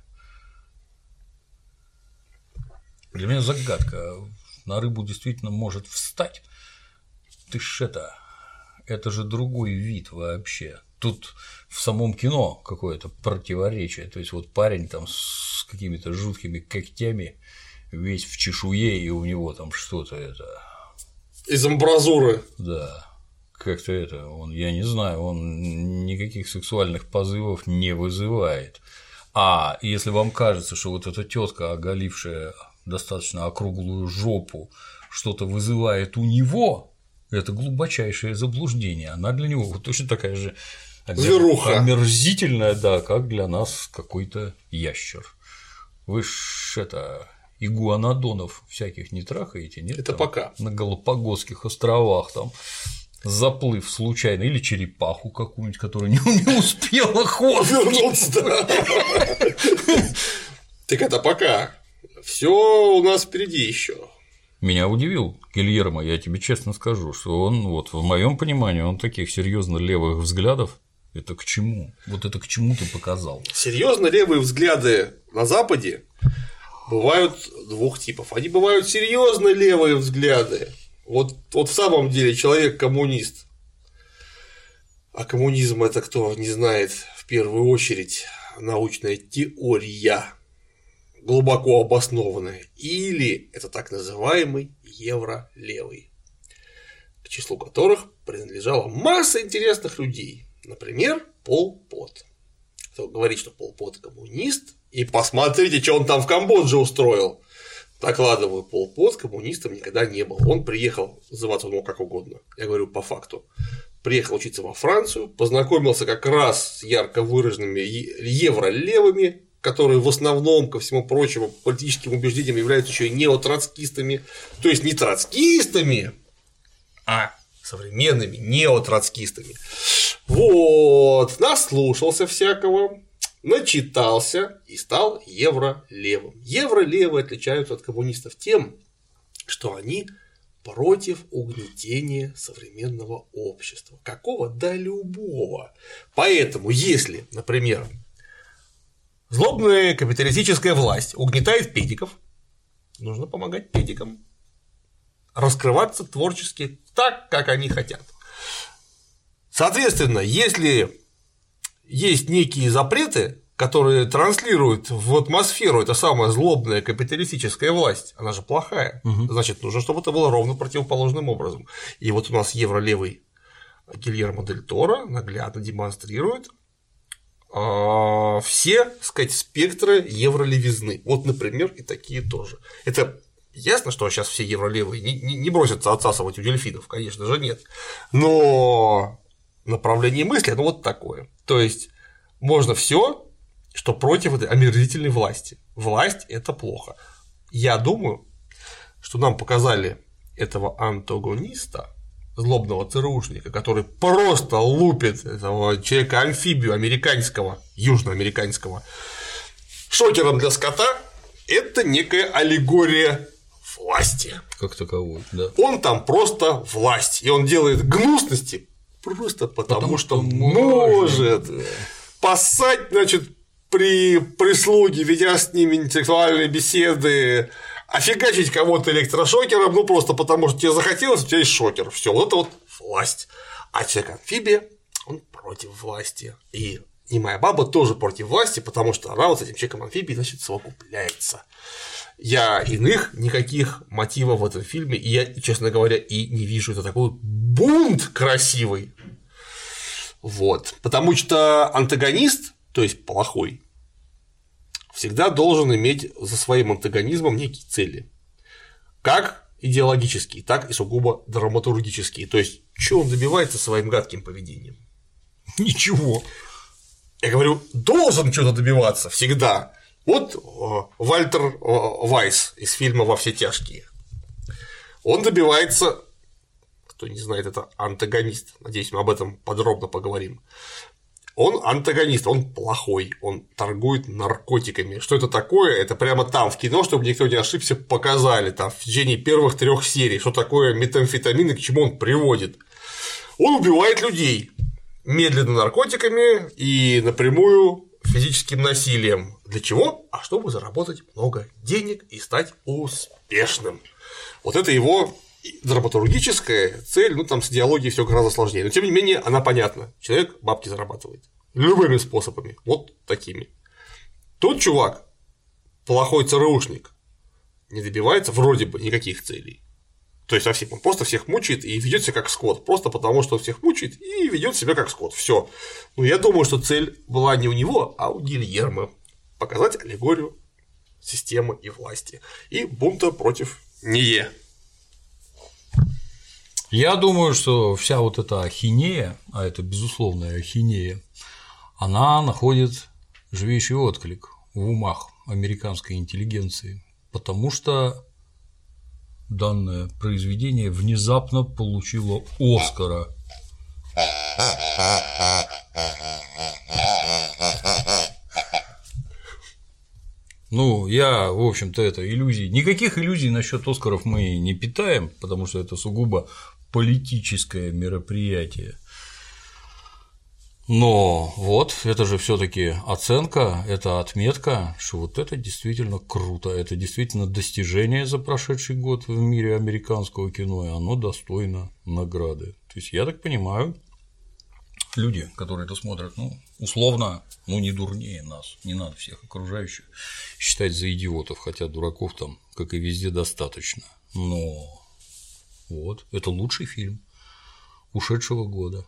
Для меня загадка. На рыбу действительно может встать. Ты ж это. Это же другой вид вообще. Тут в самом кино какое-то противоречие. То есть, вот парень там с какими-то жуткими когтями, весь в чешуе, и у него там что-то это. Из амбразуры. Да. Как-то это, он, я не знаю, он никаких сексуальных позывов не вызывает. А если вам кажется, что вот эта тетка, оголившая достаточно округлую жопу, что-то вызывает у него, это глубочайшее заблуждение. Она для него вот точно такая же Зверуха. омерзительная, да, как для нас какой-то ящер. Вы ж это игуанодонов всяких не трахаете, нет? Это Там пока. на Галапагосских островах там заплыв случайно, или черепаху какую-нибудь, которая не, не успела хвост Вернуться, да. Так это пока. Все у нас впереди еще. Меня удивил Гильермо, я тебе честно скажу, что он, вот в моем понимании, он таких серьезно левых взглядов. Это к чему? Вот это к чему ты показал? Серьезно левые взгляды на Западе бывают двух типов. Они бывают серьезно левые взгляды. Вот, вот в самом деле человек коммунист. А коммунизм — это, кто не знает, в первую очередь научная теория, глубоко обоснованная. Или это так называемый евролевый, к числу которых принадлежала масса интересных людей. Например, Пол Пот. Кто говорит, что Пол Пот коммунист, и посмотрите, что он там в Камбодже устроил. Докладываю, Пол Пот коммунистом никогда не был. Он приехал, называться он мог как угодно, я говорю по факту. Приехал учиться во Францию, познакомился как раз с ярко выраженными евролевыми, которые в основном, ко всему прочему, политическим убеждениям являются еще и неотроцкистами. То есть не троцкистами, а современными неотроцкистами. Вот, наслушался всякого, начитался и стал евролевым. Евролевые отличаются от коммунистов тем, что они против угнетения современного общества. Какого? Да любого. Поэтому, если, например, злобная капиталистическая власть угнетает педиков, нужно помогать педикам раскрываться творчески так, как они хотят. Соответственно, если есть некие запреты, которые транслируют в атмосферу эта самая злобная капиталистическая власть, она же плохая, угу. Значит, нужно, чтобы это было ровно противоположным образом. И вот у нас евролевый Гильермо дель Торо наглядно демонстрирует все, так сказать, спектры евролевизны. Вот, например, и такие тоже. Это ясно, что сейчас все евролевые не, не, не бросятся отсасывать у дельфинов, конечно же, нет. Но направление мысли, оно вот такое. То есть можно все, что против этой омерзительной власти. Власть – это плохо. Я думаю, что нам показали этого антагониста, злобного ЦРУшника, который просто лупит этого человека-амфибию американского, южноамериканского, шокером для скота – это некая аллегория власти. Как таковой, да. Он там просто власть, и он делает гнусности просто потому, потому что, что может, может поссать, значит, при прислуге, ведя с ними интеллектуальные беседы, офигачить кого-то электрошокером, ну просто потому, что тебе захотелось, у тебя есть шокер. Все, вот это вот власть. А человек-амфибия, он против власти. И немая баба тоже против власти, потому что она вот с этим человеком-амфибией, значит, совокупляется. Я иных никаких мотивов в этом фильме, и я, честно говоря, и не вижу. Это такой бунт красивый. Вот. Потому что антагонист, то есть плохой, всегда должен иметь за своим антагонизмом некие цели. Как идеологические, так и сугубо драматургические. То есть, что он добивается своим гадким поведением? Ничего. Я говорю, должен что-то добиваться всегда. Вот Вальтер Вайс из фильма «Во все тяжкие». Он добивается, кто не знает, это антагонист. Надеюсь, мы об этом подробно поговорим. Он антагонист, он плохой, он торгует наркотиками. Что это такое? Это прямо там в кино, чтобы никто не ошибся, показали там в течение первых трех серий, что такое метамфетамин и к чему он приводит. Он убивает людей медленно наркотиками и напрямую физическим насилием. Для чего? А чтобы заработать много денег и стать успешным. Вот это его драматургическая цель, ну там с идеологией все гораздо сложнее. Но тем не менее, она понятна. Человек бабки зарабатывает. Любыми способами. Вот такими. Тут чувак, плохой ЦРУшник, не добивается вроде бы никаких целей. То есть совсем он просто всех мучает и ведет себя как скот. Просто потому, что он всех мучает и ведет себя как скот. Все. Ну, я думаю, что цель была не у него, а у Гильермо. Показать аллегорию системы и власти. И бунта против нее. Я думаю, что вся вот эта ахинея, а это безусловная ахинея, она находит живейший отклик в умах американской интеллигенции, потому что данное произведение внезапно получило Оскара. Ну, я, в общем-то, это иллюзий. Никаких иллюзий насчет Оскаров мы не питаем, потому что это сугубо политическое мероприятие. Но вот, это же все-таки оценка, это отметка, что вот это действительно круто, это действительно достижение за прошедший год в мире американского кино, и оно достойно награды. То есть, я так понимаю, люди, которые это смотрят, ну, условно, ну, не дурнее нас, не надо всех окружающих считать за идиотов, хотя дураков там, как и везде, достаточно. Но вот, это лучший фильм ушедшего года.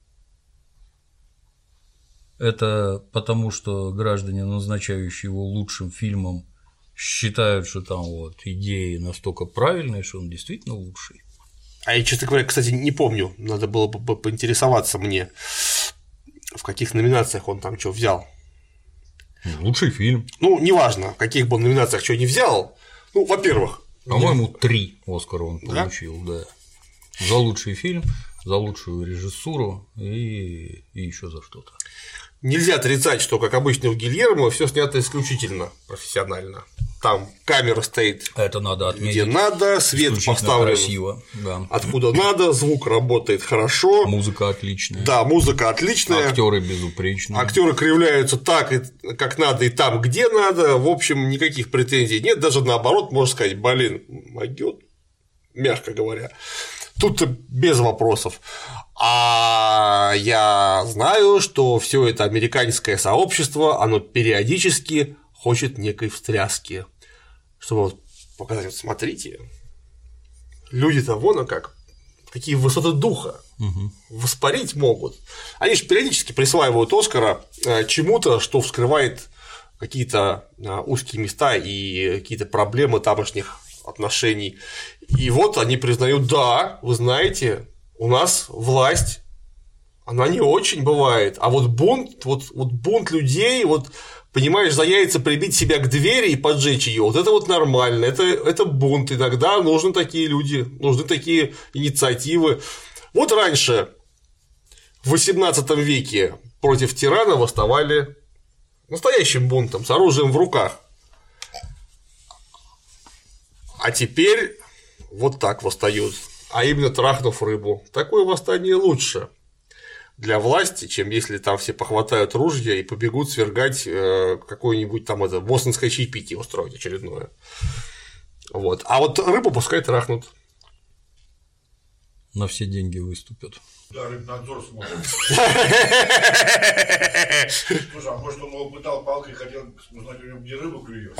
Это потому, что граждане, назначающие его лучшим фильмом, считают, что там вот идеи настолько правильные, что он действительно лучший. А я, честно говоря, кстати, не помню, надо было бы поинтересоваться мне, в каких номинациях он там что взял. Лучший фильм. Ну, неважно, в каких бы он номинациях что не взял. Ну, во-первых. По-моему, три Оскара он получил, да? Да. За лучший фильм, за лучшую режиссуру и, и еще за что-то. Нельзя отрицать, что, как обычно, у Гильермо все снято исключительно профессионально. Там камера стоит, это надо отметить, где надо, свет поставлен красиво, да. откуда надо, звук работает хорошо. Музыка отличная. Да, музыка отличная. Актеры безупречные. Актеры кривляются так, как надо, и там, где надо. В общем, никаких претензий нет. Даже наоборот, можно сказать, блин, могёт, мягко говоря. Тут без вопросов. А я знаю, что все это американское сообщество, оно периодически хочет некой встряски, чтобы вот показать, вот смотрите, люди-то вон, а как, какие высоты духа, угу. воспарить могут. Они же периодически присваивают Оскара чему-то, что вскрывает какие-то узкие места и какие-то проблемы тамошних отношений. И вот они признают, да, вы знаете, у нас власть, она не очень бывает, а вот бунт, вот, вот бунт людей, вот, понимаешь, за яйца прибить себя к двери и поджечь ее, вот это вот нормально, это, это бунт, иногда нужны такие люди, нужны такие инициативы. Вот раньше, в восемнадцатом веке, против тирана восставали настоящим бунтом, с оружием в руках. А теперь вот так восстают, а именно трахнув рыбу. Такое восстание лучше для власти, чем если там все похватают ружья и побегут свергать какое-нибудь там это бостонское чаепитие устроить очередное. Вот. А вот рыбу пускай трахнут. На все деньги выступят. Да, рыбнадзор смотрит. Слушай, а может, он его пытал палкой и хотел узнать, где рыба клюет?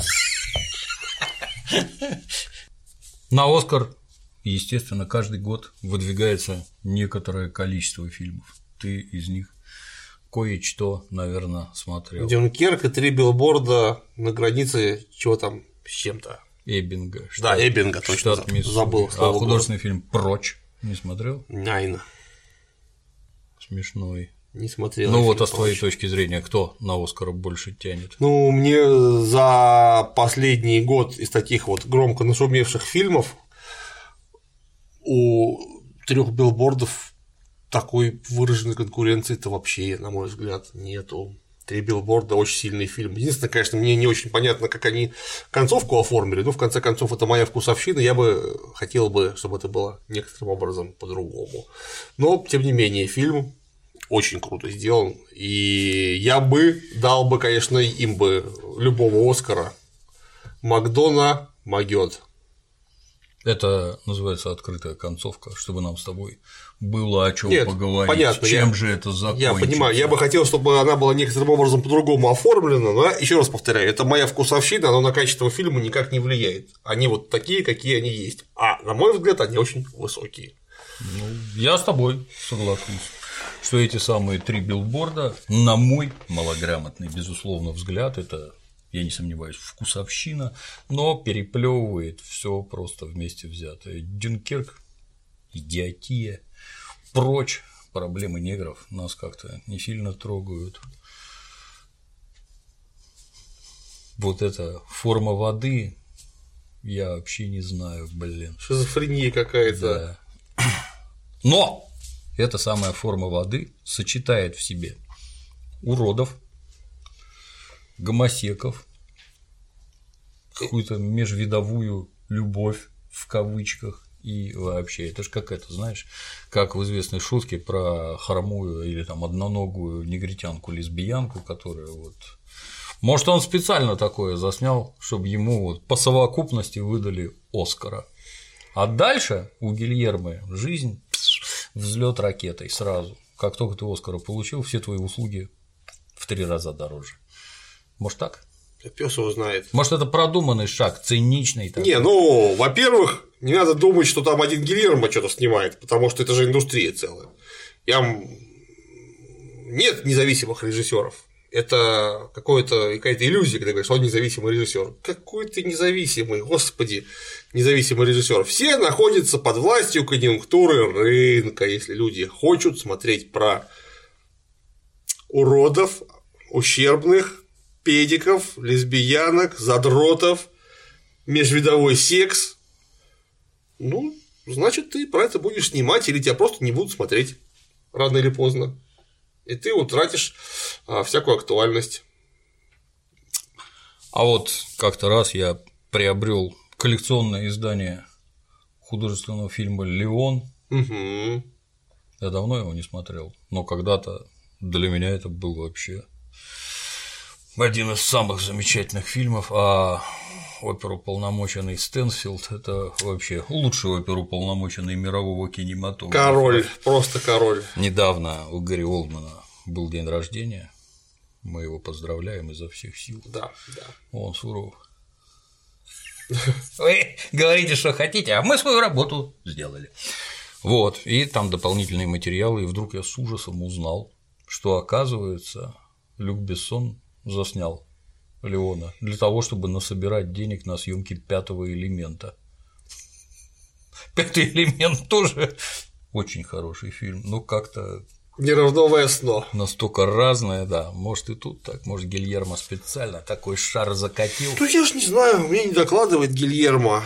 На Оскар, естественно, каждый год выдвигается некоторое количество фильмов. Ты из них кое-что, наверное, смотрел. Дюнкерк и три билборда на границе чего там с чем-то. Эббинга. Да, Эббинга, точно забыл. А художественный фильм «Прочь» не смотрел? Найна. Смешной. Не смотрел. Ну вот, а с твоей точки зрения, кто на Оскар больше тянет? Ну, мне за последний год из таких вот громко нашумевших фильмов у трех билбордов такой выраженной конкуренции-то вообще, на мой взгляд, нету. Три билборда — очень сильный фильм. Единственное, конечно, мне не очень понятно, как они концовку оформили, но в конце концов это моя вкусовщина, я бы хотел бы, чтобы это было некоторым образом по-другому. Но, тем не менее, фильм очень круто сделан, и я бы дал бы, конечно, им бы любого Оскара. Макдона могёт. Это называется открытая концовка, чтобы нам с тобой было о чем Нет, поговорить. понятно, чем я, же это закончится. Я понимаю, я бы хотел, чтобы она была некоторым образом по-другому оформлена, но еще раз повторяю, это моя вкусовщина, она на качество фильма никак не влияет. Они вот такие, какие они есть. А на мой взгляд, они очень высокие. Ну, я с тобой соглашусь, что эти самые три билборда, на мой малограмотный, безусловно, взгляд, это, я не сомневаюсь, вкусовщина, но переплевывает все просто вместе взятое. Дюнкерк, идиотия, Прочь, проблемы негров нас как-то не сильно трогают. Вот эта форма воды, я вообще не знаю, блин. Шизофрения какая-то. Да. Но эта самая форма воды сочетает в себе уродов, гомосеков, какую-то межвидовую любовь в кавычках. И вообще, это же как это, знаешь, как в известной шутке про хромую или там одноногую негритянку-лесбиянку, которая вот. Может, он специально такое заснял, чтобы ему вот по совокупности выдали Оскара. А дальше у Гильермо жизнь взлет ракетой сразу. Как только ты Оскара получил, все твои услуги в три раза дороже. Может так? Пёс его знает. Может, это продуманный шаг, циничный такой. Не, ну, во-первых, не надо думать, что там один Гильермо что-то снимает, потому что это же индустрия целая. Я... Нет независимых режиссеров. Это какое-то, какая-то иллюзия, когда говоришь, он независимый режиссер. Какой ты независимый, господи, независимый режиссер. Все находятся под властью конъюнктуры рынка, если люди хотят смотреть про уродов, ущербных, педиков, лесбиянок, задротов, межвидовой секс. Ну, значит, ты про это будешь снимать, или тебя просто не будут смотреть рано или поздно. и ты утратишь а, всякую актуальность. А вот как-то раз я приобрел коллекционное издание художественного фильма «Леон». Угу. Я давно его не смотрел, но когда-то для меня это был вообще один из самых замечательных фильмов, а оперуполномоченный Стэнфилд – это вообще лучший оперуполномоченный мирового кинематографа. Король, просто король. Недавно у Гэри Олдмана был день рождения, мы его поздравляем изо всех сил. Да, да. Он суров. Вы говорите, что хотите, а мы свою работу сделали. Вот, и там дополнительные материалы, и вдруг я с ужасом узнал, что, оказывается, Люк Бессон заснял Леона для того, чтобы насобирать денег на съемки «Пятого элемента». «Пятый элемент» тоже очень хороший фильм, но как-то неравновесно. Настолько разное, да. Может, и тут так, может, Гильермо специально такой шар закатил. Ну, я ж не знаю, мне не докладывает Гильермо.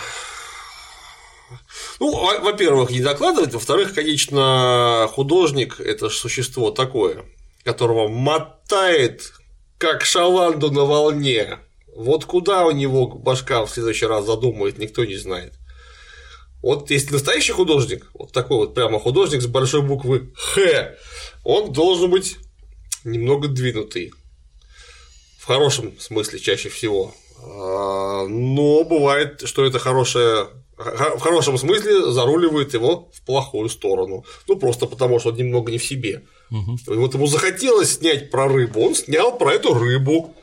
Ну, во-первых, не докладывает, во-вторых, конечно, художник – это же существо такое, которого мотает как шаланду на волне. Вот куда у него башка в следующий раз задумает, никто не знает. Вот если настоящий художник, вот такой вот прямо художник с большой буквы Х, он должен быть немного двинутый. В хорошем смысле чаще всего. Но бывает, что это хорошее, в хорошем смысле заруливает его в плохую сторону. Ну, просто потому, что он немного не в себе. Угу. Вот ему захотелось снять про рыбу, он снял про эту рыбу.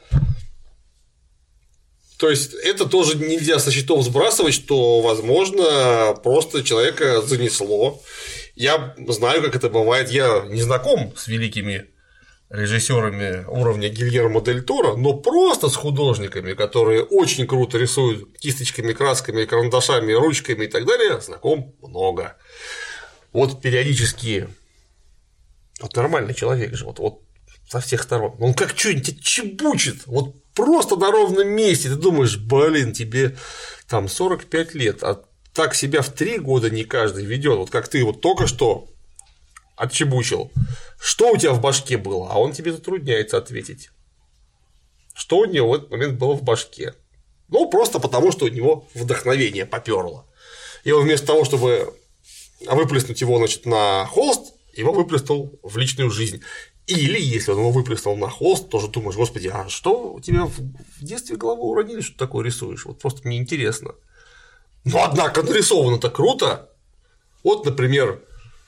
То есть это тоже нельзя со счетов сбрасывать, что, возможно, просто человека занесло. Я знаю, как это бывает. Я не знаком с великими режиссерами уровня Гильермо дель Торо, но просто с художниками, которые очень круто рисуют кисточками, красками, карандашами, ручками и так далее, знаком много. Вот периодически. Вот нормальный человек же, вот, вот со всех сторон. Он как что-нибудь отчебучит, вот просто на ровном месте. Ты думаешь, блин, тебе там сорок пять лет, а так себя в три года не каждый ведет. Вот как ты вот только что отчебучил. Что у тебя в башке было? А он тебе затрудняется ответить. Что у него в этот момент было в башке? Ну, просто потому, что у него вдохновение попёрло. И он вместо того, чтобы выплеснуть его, значит, на холст, его выплеснул в личную жизнь. Или, если он его выплеснул на холст, тоже думаешь, господи, а что у тебя в детстве голову уронили, что ты такое рисуешь? Вот просто мне интересно. Но, однако, нарисовано-то круто. Вот, например,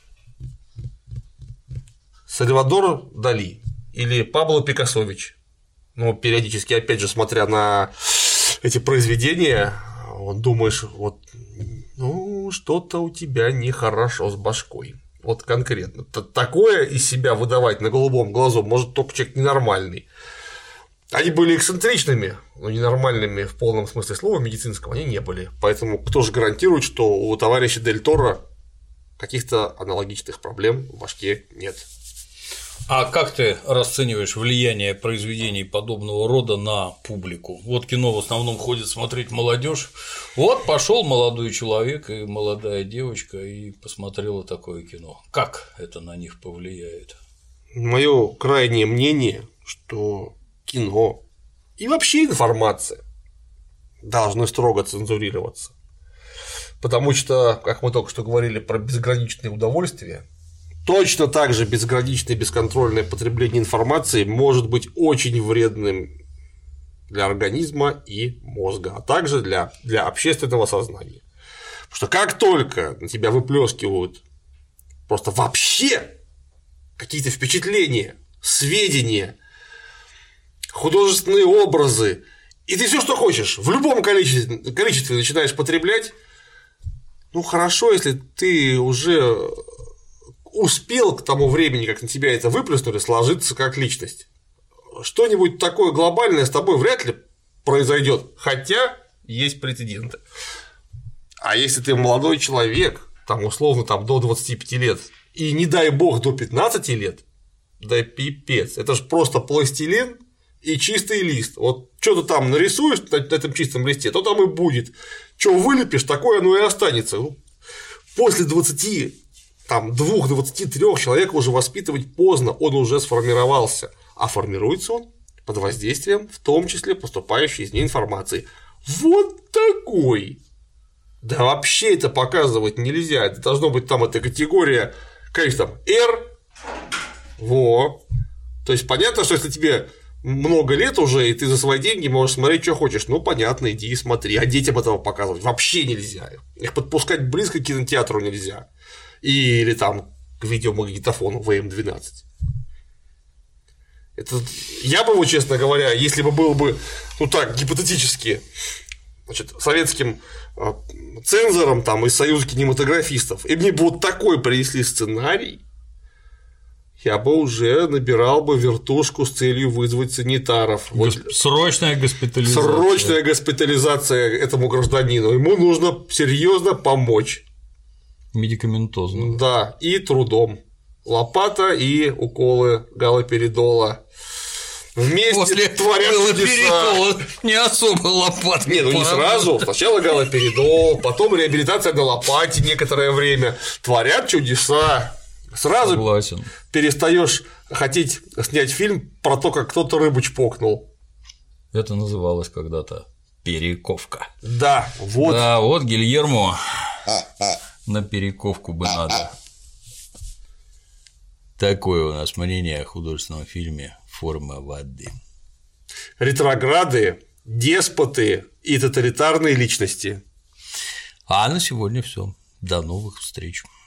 Сальвадор Дали или Пабло Пикассович. Ну, периодически, опять же, смотря на эти произведения, вот думаешь, вот, ну, что-то у тебя нехорошо с башкой. Вот конкретно. Такое из себя выдавать на голубом глазу может только человек ненормальный. Они были эксцентричными, но ненормальными в полном смысле слова медицинского они не были. Поэтому кто же гарантирует, что у товарища Дель Торо каких-то аналогичных проблем в башке нет. А как ты расцениваешь влияние произведений подобного рода на публику? Вот кино в основном ходит смотреть молодежь. Вот пошел молодой человек и молодая девочка и посмотрела такое кино. Как это на них повлияет? Мое крайнее мнение, что кино и вообще информация должны строго цензурироваться. Потому что, как мы только что говорили про безграничное удовольствие, точно так же безграничное бесконтрольное потребление информации может быть очень вредным для организма и мозга, а также для, для общественного сознания. Потому что как только на тебя выплескивают просто вообще какие-то впечатления, сведения, художественные образы, и ты все, что хочешь, в любом количестве, количестве начинаешь потреблять, ну хорошо, если ты уже успел к тому времени, как на тебя это выплеснули, сложиться как личность. Что-нибудь такое глобальное с тобой вряд ли произойдет, хотя есть прецеденты. А если ты молодой человек, там условно там, до двадцати пяти лет, и не дай бог до пятнадцати лет, да пипец, это же просто пластилин и чистый лист. Вот что ты там нарисуешь на этом чистом листе, то там и будет. Что вылепишь, такое оно и останется. После двадцати там двух двадцати трёх человек уже воспитывать поздно, он уже сформировался, а формируется он под воздействием, в том числе поступающей из нее информации. Вот такой. Да вообще это показывать нельзя, это должно быть там эта категория, конечно, там R, во. То есть понятно, что если тебе много лет уже, и ты за свои деньги можешь смотреть, что хочешь, ну понятно, иди и смотри, а детям этого показывать вообще нельзя, их подпускать близко к кинотеатру нельзя, или там к видеомагнитофону вэ эм двенадцать. Это... Я бы его, честно говоря, если бы был бы, ну так, гипотетически, значит, советским цензором там из Союза кинематографистов, и мне бы вот такой принесли сценарий, я бы уже набирал бы вертушку с целью вызвать санитаров. Госп... Вот... Срочная госпитализация. Срочная госпитализация этому гражданину. Ему нужно серьезно помочь. Медикаментозно. Да, и трудом. Лопата и уколы галоперидола. Вместе После творят чудеса. Не особо лопат. Не, ну не сразу. Сначала галоперидол, потом реабилитация на лопате некоторое время. Творят чудеса. Сразу Согласен. Перестаешь хотеть снять фильм про то, как кто-то рыбу чпокнул. Это называлось когда-то перековка. Да, вот. Да, вот Гильермо на перековку бы надо. Такое у нас мнение о художественном фильме «Форма воды». Ретрограды, деспоты и тоталитарные личности. А на сегодня все. До новых встреч.